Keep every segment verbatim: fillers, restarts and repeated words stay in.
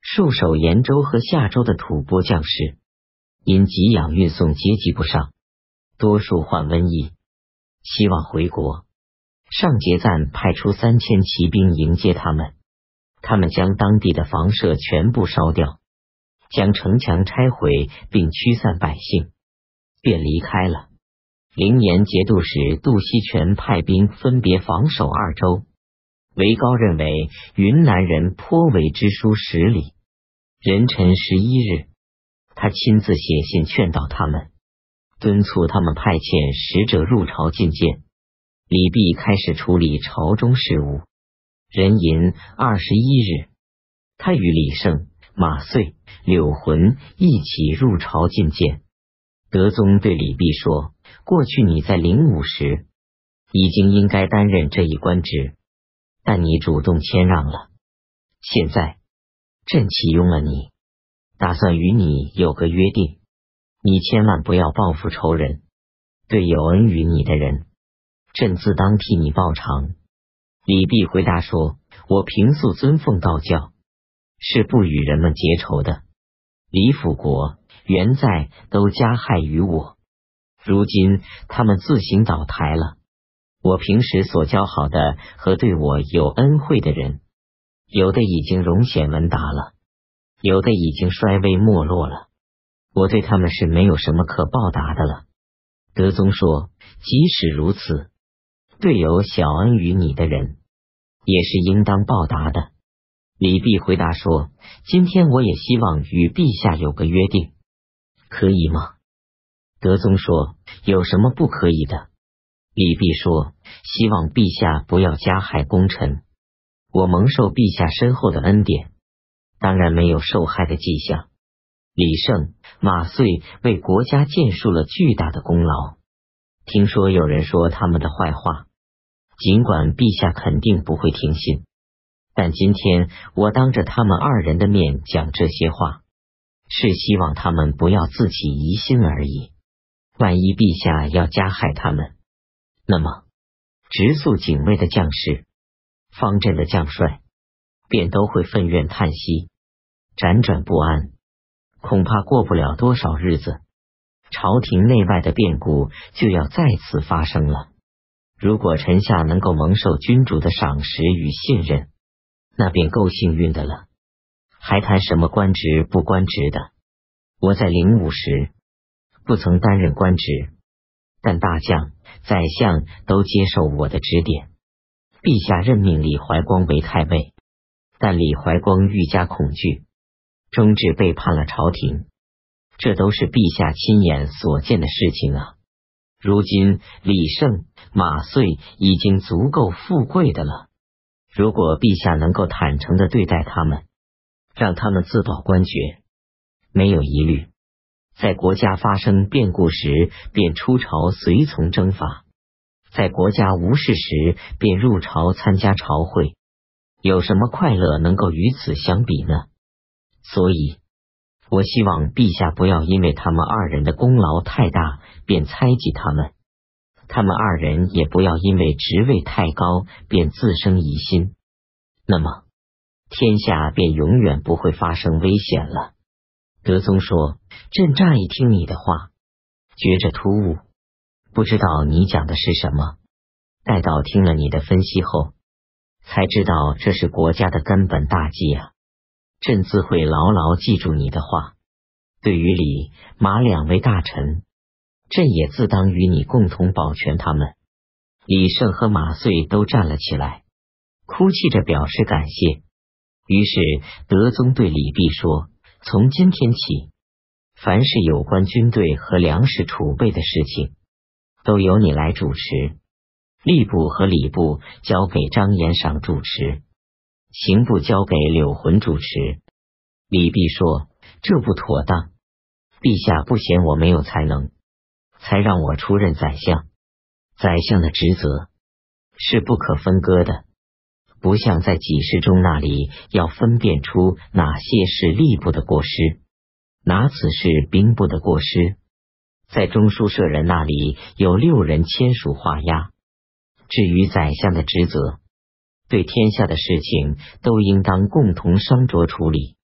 戍守延州和夏州的吐蕃将士，因给养运送接济不上，多数患瘟疫，希望回国。上结赞派出三千骑兵迎接他们，他们将当地的房舍全部烧掉，将城墙拆毁，并驱散百姓，便离开了。灵岩节度使杜锡全派兵分别防守二州。韦高认为云南人颇为知书识礼，壬辰十一日，他亲自写信劝导他们，敦促他们派遣使者入朝觐见。李泌开始处理朝中事务。壬寅二十一日，他与李胜、马遂、柳浑一起入朝觐见。德宗对李泌说，过去你在灵武时已经应该担任这一官职，但你主动谦让了，现在朕启用了你，打算与你有个约定，你千万不要报复仇人，对有恩于你的人，朕自当替你报偿。李泌回答说，我平素尊奉道教，是不与人们结仇的。李辅国、元在都加害于我，如今他们自行倒台了。我平时所交好的和对我有恩惠的人，有的已经荣显文达了，有的已经衰微没落了，我对他们是没有什么可报答的了。德宗说，即使如此，对有小恩于你的人，也是应当报答的。李泌回答说，今天我也希望与陛下有个约定，可以吗？德宗说，有什么不可以的？李泌说，希望陛下不要加害功臣，我蒙受陛下深厚的恩典，当然没有受害的迹象。李胜、马遂为国家建树了巨大的功劳，听说有人说他们的坏话，尽管陛下肯定不会听信，但今天我当着他们二人的面讲这些话，是希望他们不要自起疑心而已。万一陛下要加害他们，那么直宿警卫的将士、方阵的将帅便都会愤怨叹息，辗转不安，恐怕过不了多少日子，朝廷内外的变故就要再次发生了。如果臣下能够蒙受君主的赏识与信任，那便够幸运的了，还谈什么官职不官职的。我在灵武时不曾担任官职，但大将、宰相都接受我的指点。陛下任命李怀光为太尉，但李怀光愈加恐惧，终至背叛了朝廷，这都是陛下亲眼所见的事情啊。如今李胜、马遂已经足够富贵的了，如果陛下能够坦诚地对待他们，让他们自保官爵，没有疑虑，在国家发生变故时便出朝随从征伐，在国家无事时便入朝参加朝会，有什么快乐能够与此相比呢？所以我希望陛下不要因为他们二人的功劳太大便猜忌他们，他们二人也不要因为职位太高便自生疑心，那么天下便永远不会发生危险了。德宗说，朕乍一听你的话，觉着突兀，不知道你讲的是什么，待到听了你的分析后，才知道这是国家的根本大计啊。朕自会牢牢记住你的话，对于李、马两位大臣，朕也自当与你共同保全他们。李胜和马遂都站了起来，哭泣着表示感谢。于是德宗对李泌说，从今天起，凡是有关军队和粮食储备的事情，都由你来主持，吏部和礼部交给张延赏主持，刑部交给柳浑主持。李泌说，这不妥当，陛下不嫌我没有才能，才让我出任宰相，宰相的职责是不可分割的，不像在给事中那里要分辨出哪些是吏部的过失，哪此是兵部的过失。在中书舍人那里有六人签署画押。至于宰相的职责，对天下的事情都应当共同商酌处理，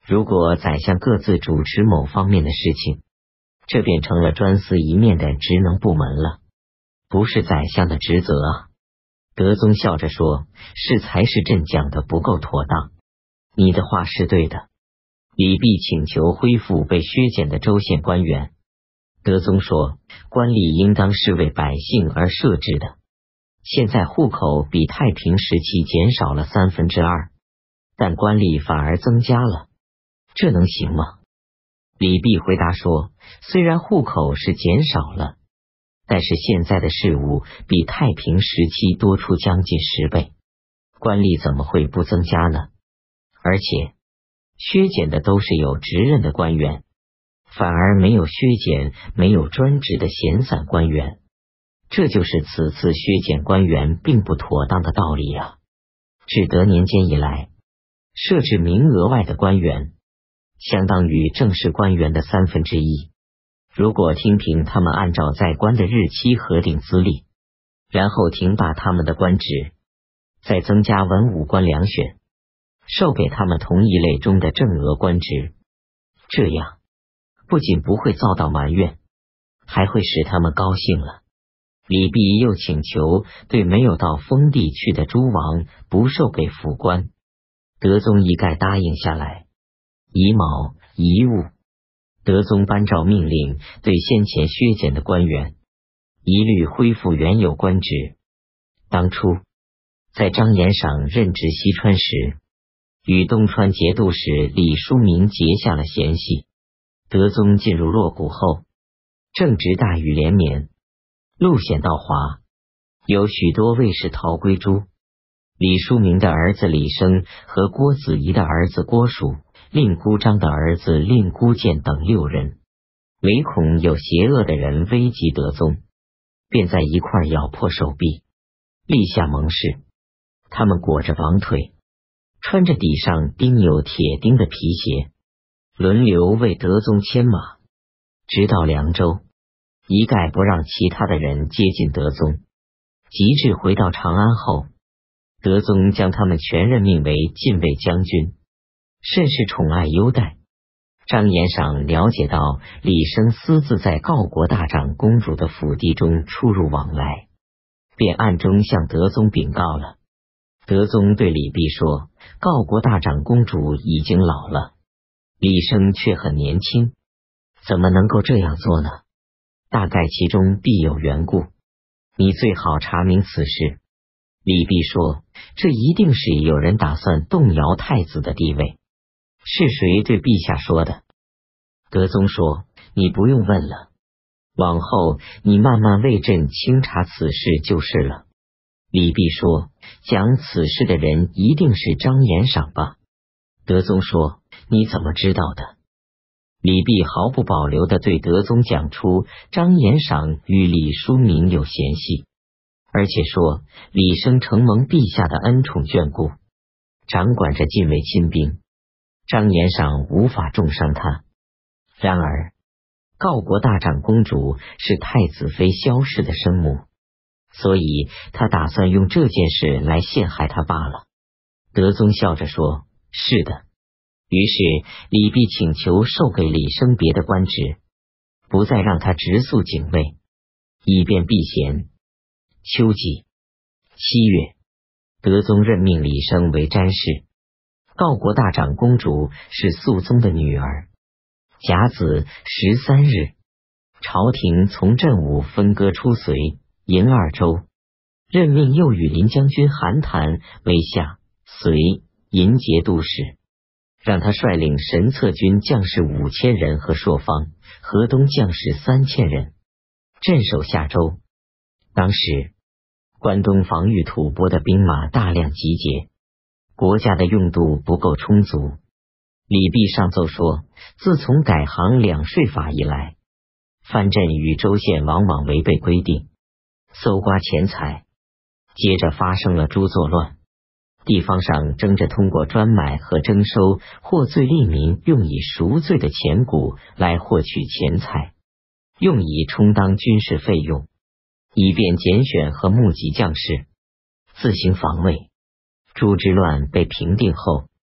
如果宰相各自主持某方面的事情，这便成了专司一面的职能部门了，不是宰相的职责啊。德宗笑着说，是才是朕讲的不够妥当，你的话是对的。李泌请求恢复被削减的州县官员。德宗说，官吏应当是为百姓而设置的，现在户口比太平时期减少了三分之二，但官吏反而增加了，这能行吗？李泌回答说，虽然户口是减少了，但是现在的事务比太平时期多出将近十倍，官吏怎么会不增加呢？而且削减的都是有职任的官员，反而没有削减没有专职的闲散官员，这就是此次削减官员并不妥当的道理啊。至德年间以来，设置名额外的官员相当于正式官员的三分之一，如果听凭他们按照在官的日期核定资历，然后停罢他们的官职，再增加文武官两选，授给他们同一类中的正额官职，这样不仅不会遭到埋怨，还会使他们高兴了。李泌又请求对没有到封地去的诸王不授给府官，德宗一概答应下来。乙卯、乙戊，德宗颁诏命令，对先前削减的官员一律恢复原有官职。当初在张延赏任职西川时，与东川节度使李叔明结下了嫌隙。德宗进入洛谷后，正值大雨连绵，路险道滑，有许多卫士逃归诸。李叔明的儿子李生和郭子仪的儿子郭曙、令姑章的儿子令姑建等六人，唯恐有邪恶的人危及德宗，便在一块咬破手臂，立下盟誓。他们裹着绑腿，穿着底上钉有铁钉的皮鞋，轮流为德宗牵马，直到凉州，一概不让其他的人接近德宗。及至回到长安后，德宗将他们全任命为禁卫将军，甚是宠爱优待。张延赏了解到李生私自在郜国大长公主的府邸中出入往来，便暗中向德宗禀告了。德宗对李泌说，郜国大长公主已经老了，李生却很年轻，怎么能够这样做呢？大概其中必有缘故，你最好查明此事。李泌说，这一定是有人打算动摇太子的地位。是谁对陛下说的？德宗说，你不用问了，往后你慢慢为朕清查此事就是了。李泌说，讲此事的人一定是张延赏吧？德宗说，你怎么知道的？李泌毫不保留地对德宗讲出张延赏与李叔明有嫌隙，而且说李生承蒙陛下的恩宠眷顾，掌管着禁卫亲兵，张延赏无法重伤他。然而郜国大长公主是太子妃萧氏的生母，所以他打算用这件事来陷害他罢了。德宗笑着说，是的。于是李泌请求授给李生别的官职，不再让他直宿警卫，以便避嫌。秋季七月，德宗任命李生为詹事。郜国大长公主是肃宗的女儿。甲子十三日，朝廷从镇武分割出绥、银二州，任命右羽林将军韩谈为下绥、银节度使，让他率领神策军将士五千人和朔方、河东将士三千人，镇守下州。当时关东防御吐蕃的兵马大量集结，国家的用度不够充足。李泌上奏说，自从改行两税法以来，藩镇与州县往往违背规定，搜刮钱财，接着发生了诸作乱，地方上争着通过专买和征收获罪利民用以赎罪的钱谷来获取钱财，用以充当军事费用，以便拣选和募集将士，自行防卫。诸之乱被平定后，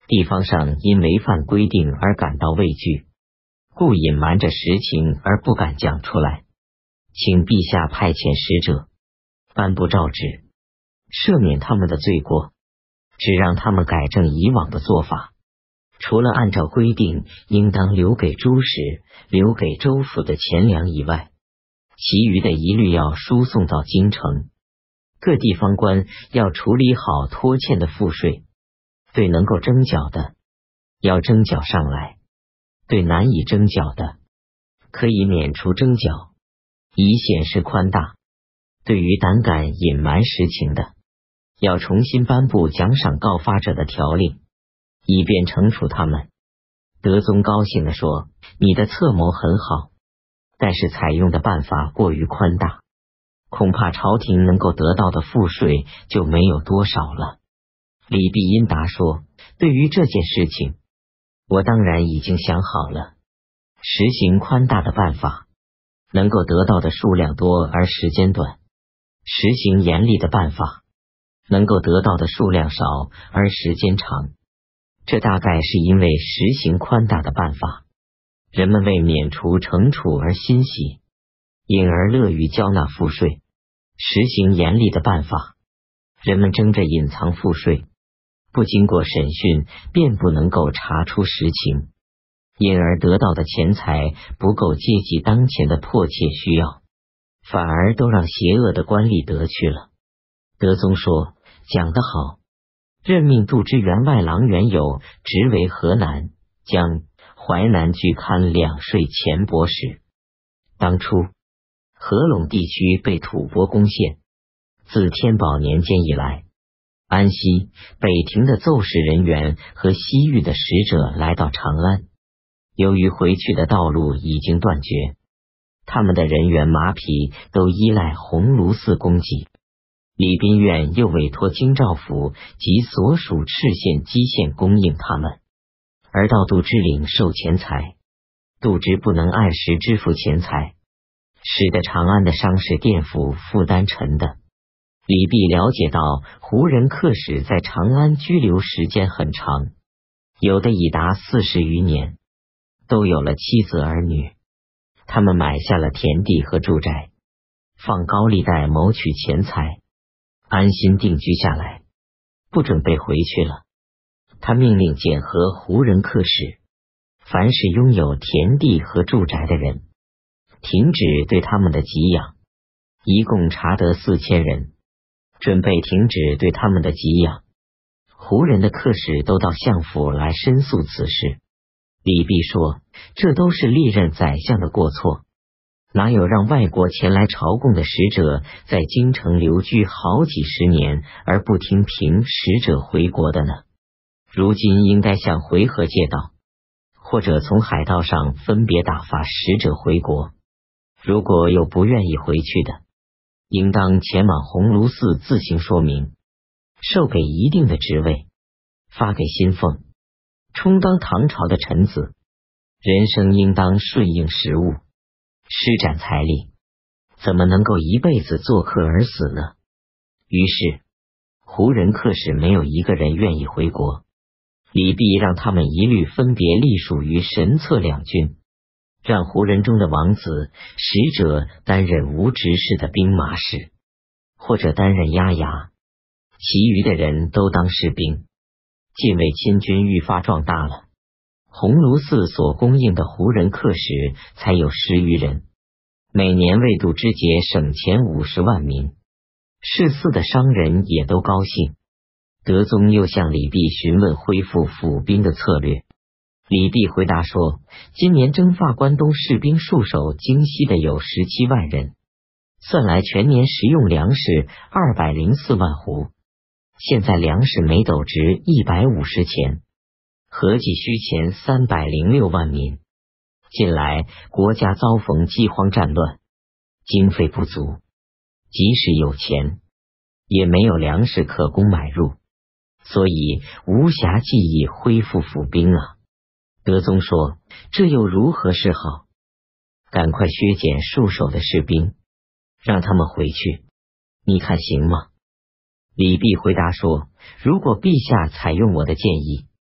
地方上因违反规定而感到畏惧，故隐瞒着实情而不敢讲出来，请陛下派遣使者颁布诏旨，赦免他们的罪过，只让他们改正以往的做法，除了按照规定应当留给诸使、留给州府的钱粮以外，其余的一律要输送到京城。各地方官要处理好拖欠的赋税，对能够征缴的要征缴上来，对难以征缴的可以免除征缴，以显示宽大。对于胆敢隐瞒实情的，要重新颁布奖赏告发者的条令，以便惩处他们。德宗高兴地说：“你的策谋很好，但是采用的办法过于宽大，恐怕朝廷能够得到的赋税就没有多少了。”李必因答说：“对于这件事情，我当然已经想好了。实行宽大的办法，能够得到的数量多而时间短；实行严厉的办法，能够得到的数量少而时间长。这大概是因为实行宽大的办法，人们为免除惩处而欣喜，因而乐于交纳赋税；实行严厉的办法，人们争着隐藏赋税，不经过审讯便不能够查出实情，因而得到的钱财不够阶级当前的迫切需要，反而都让邪恶的官吏得去了。”德宗说：“讲得好。”任命杜之员外郎元友职为河南、江、淮南俱勘两税前博使。当初河陇地区被吐蕃攻陷，自天宝年间以来，安西、北庭的奏事人员和西域的使者来到长安，由于回去的道路已经断绝，他们的人员马匹都依赖鸿胪寺供给。礼宾院又委托京兆府及所属敕县蓟县供应他们，而到杜之领受钱财，杜之不能按时支付钱财，使得长安的商事店府负担沉的。李泌了解到胡人客使在长安居留时间很长，有的已达四十余年，都有了妻子儿女，他们买下了田地和住宅，放高利贷谋取钱财，安心定居下来，不准备回去了。他命令检核胡人客使，凡是拥有田地和住宅的人，停止对他们的给养，一共查得四千人，准备停止对他们的给养。胡人的客使都到相府来申诉此事。李泌说：“这都是历任宰相的过错，哪有让外国前来朝贡的使者在京城留居好几十年而不听凭使者回国的呢？如今应该向回纥借道，或者从海道上分别打发使者回国。如果有不愿意回去的，应当前往鸿胪寺自行说明，授给一定的职位，发给薪俸，充当唐朝的臣子。人生应当顺应时务，施展财力，怎么能够一辈子做客而死呢？”于是胡人客使没有一个人愿意回国。李泌让他们一律分别隶属于神策两军，让胡人中的王子、使者担任无执事的兵马使，或者担任押牙，其余的人都当士兵。近卫亲军愈发壮大了，鸿胪寺所供应的胡人客使才有十余人，每年为度之节省钱五十万民。市寺的商人也都高兴。德宗又向李泌询问恢复府兵的策略。李泌回答说：“今年征发关东士兵戍守京西的有十七万人，算来全年食用粮食二百零四万斛。现在粮食每斗值一百五十钱，合计需钱三百零六万民。近来国家遭逢饥荒战乱，经费不足，即使有钱，也没有粮食可供买入，所以无暇计议恢复府兵啊。”德宗说：“这又如何是好？赶快削减戍守的士兵，让他们回去，你看行吗？”李泌回答说：“如果陛下采用我的建议，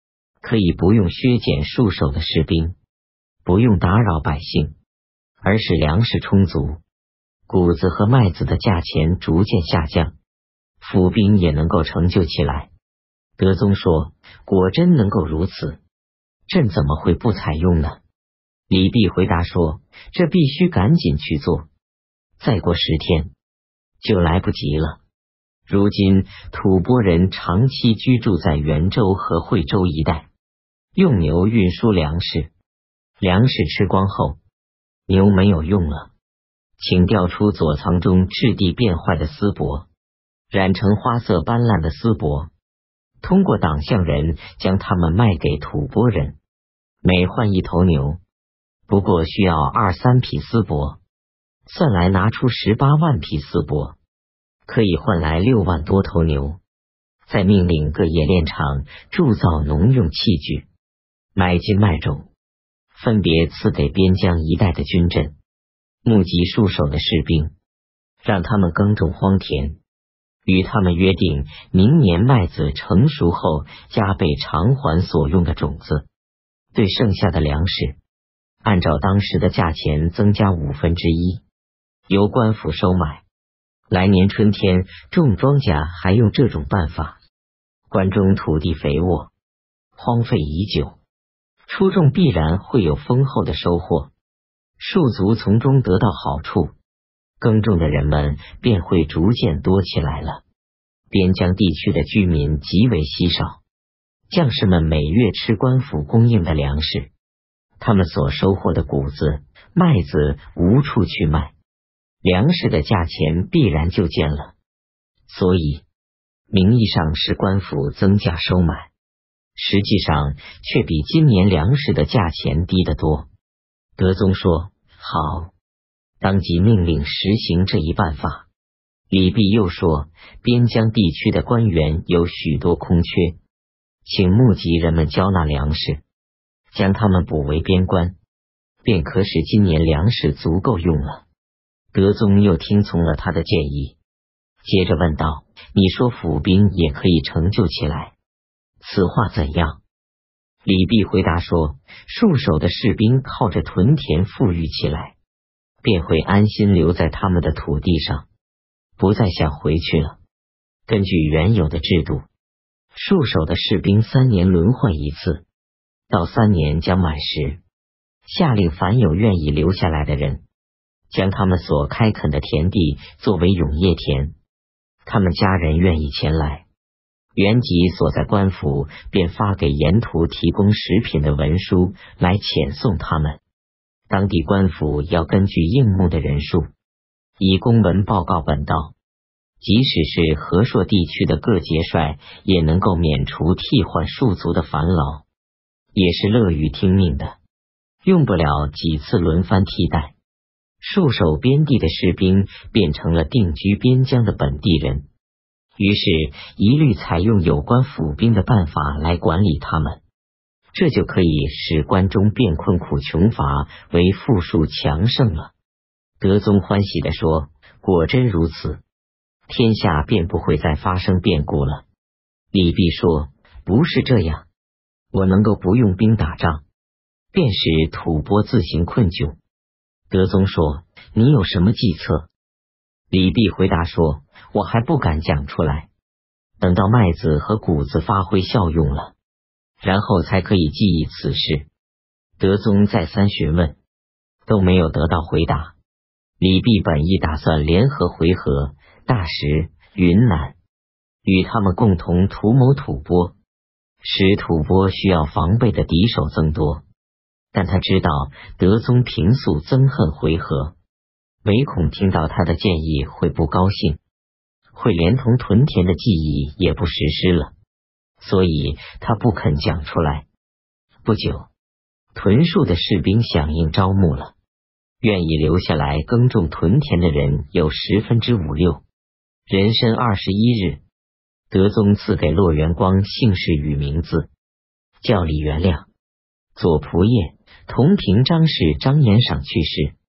可以不用削减戍守的士兵，不用打扰百姓，而使粮食充足，谷子和麦子的价钱逐渐下降，府兵也能够成就起来。德宗说，果真能够如此，朕怎么会不采用呢？李泌回答说，这必须赶紧去做，再过十天就来不及了。如今吐蕃人长期居住在元州和惠州一带，用牛运输粮食，粮食吃光后，牛没有用了，请调出左藏中质地变坏的丝帛，染成花色斑斓的丝帛，通过党项人将它们卖给吐蕃人，每换一头牛，不过需要二三匹丝帛，算来拿出十八万匹丝帛，可以换来六万多头牛。再命令各冶炼厂铸造农用器具，买金卖种，分别赐给边疆一带的军镇，募集戍守的士兵，让他们耕种荒田，与他们约定明年麦子成熟后加倍偿还所用的种子，对剩下的粮食按照当时的价钱增加五分之一，由官府收买。来年春天种庄稼还用这种办法，关中土地肥沃，荒废已久，出种必然会有丰厚的收获，戍族从中得到好处，耕种的人们便会逐渐多起来了。边疆地区的居民极为稀少，将士们每月吃官府供应的粮食，他们所收获的谷子、麦子无处去卖，粮食的价钱必然就减了。所以名义上是官府增价收买，实际上却比今年粮食的价钱低得多。德宗说，好，当即命令实行这一办法。李泌又说，边疆地区的官员有许多空缺，请募集人们交纳粮食，将他们补为边官，便可使今年粮食足够用了。德宗又听从了他的建议，接着问道，你说府兵也可以成就起来，此话怎样？李泌回答说，戍守的士兵靠着屯田富裕起来，便会安心留在他们的土地上，不再想回去了。根据原有的制度，戍守的士兵三年轮换一次，到三年将满时，下令凡有愿意留下来的人，将他们所开垦的田地作为永业田，他们家人愿意前来，原籍所在官府便发给沿途提供食品的文书来遣送他们。当地官府要根据应募的人数，以公文报告本道，即使是和硕地区的各节帅，也能够免除替换戍族的烦劳，也是乐于听命的，用不了几次轮番替代，戍守边地的士兵变成了定居边疆的本地人，于是一律采用有关府兵的办法来管理他们，这就可以使关中变困苦穷乏为富庶强盛了。德宗欢喜地说，果真如此，天下便不会再发生变故了。李泌说，不是这样，我能够不用兵打仗，便使吐蕃自行困窘。德宗说，你有什么计策？李泌回答说，我还不敢讲出来，等到麦子和谷子发挥效用了，然后才可以记忆此事。德宗再三询问，都没有得到回答。李泌本意打算联合回纥、大石、云南，与他们共同图谋吐蕃，使吐蕃需要防备的敌手增多。但他知道德宗平素憎恨回纥，唯恐听到他的建议会不高兴，会连同屯田的记忆也不实施了，所以他不肯讲出来。不久，屯戍的士兵响应招募了，愿意留下来耕种屯田的人有十分之五六。壬申二十一日，德宗赐给骆元光姓氏与名字，叫李元亮。左仆射、同平章事张延赏去世。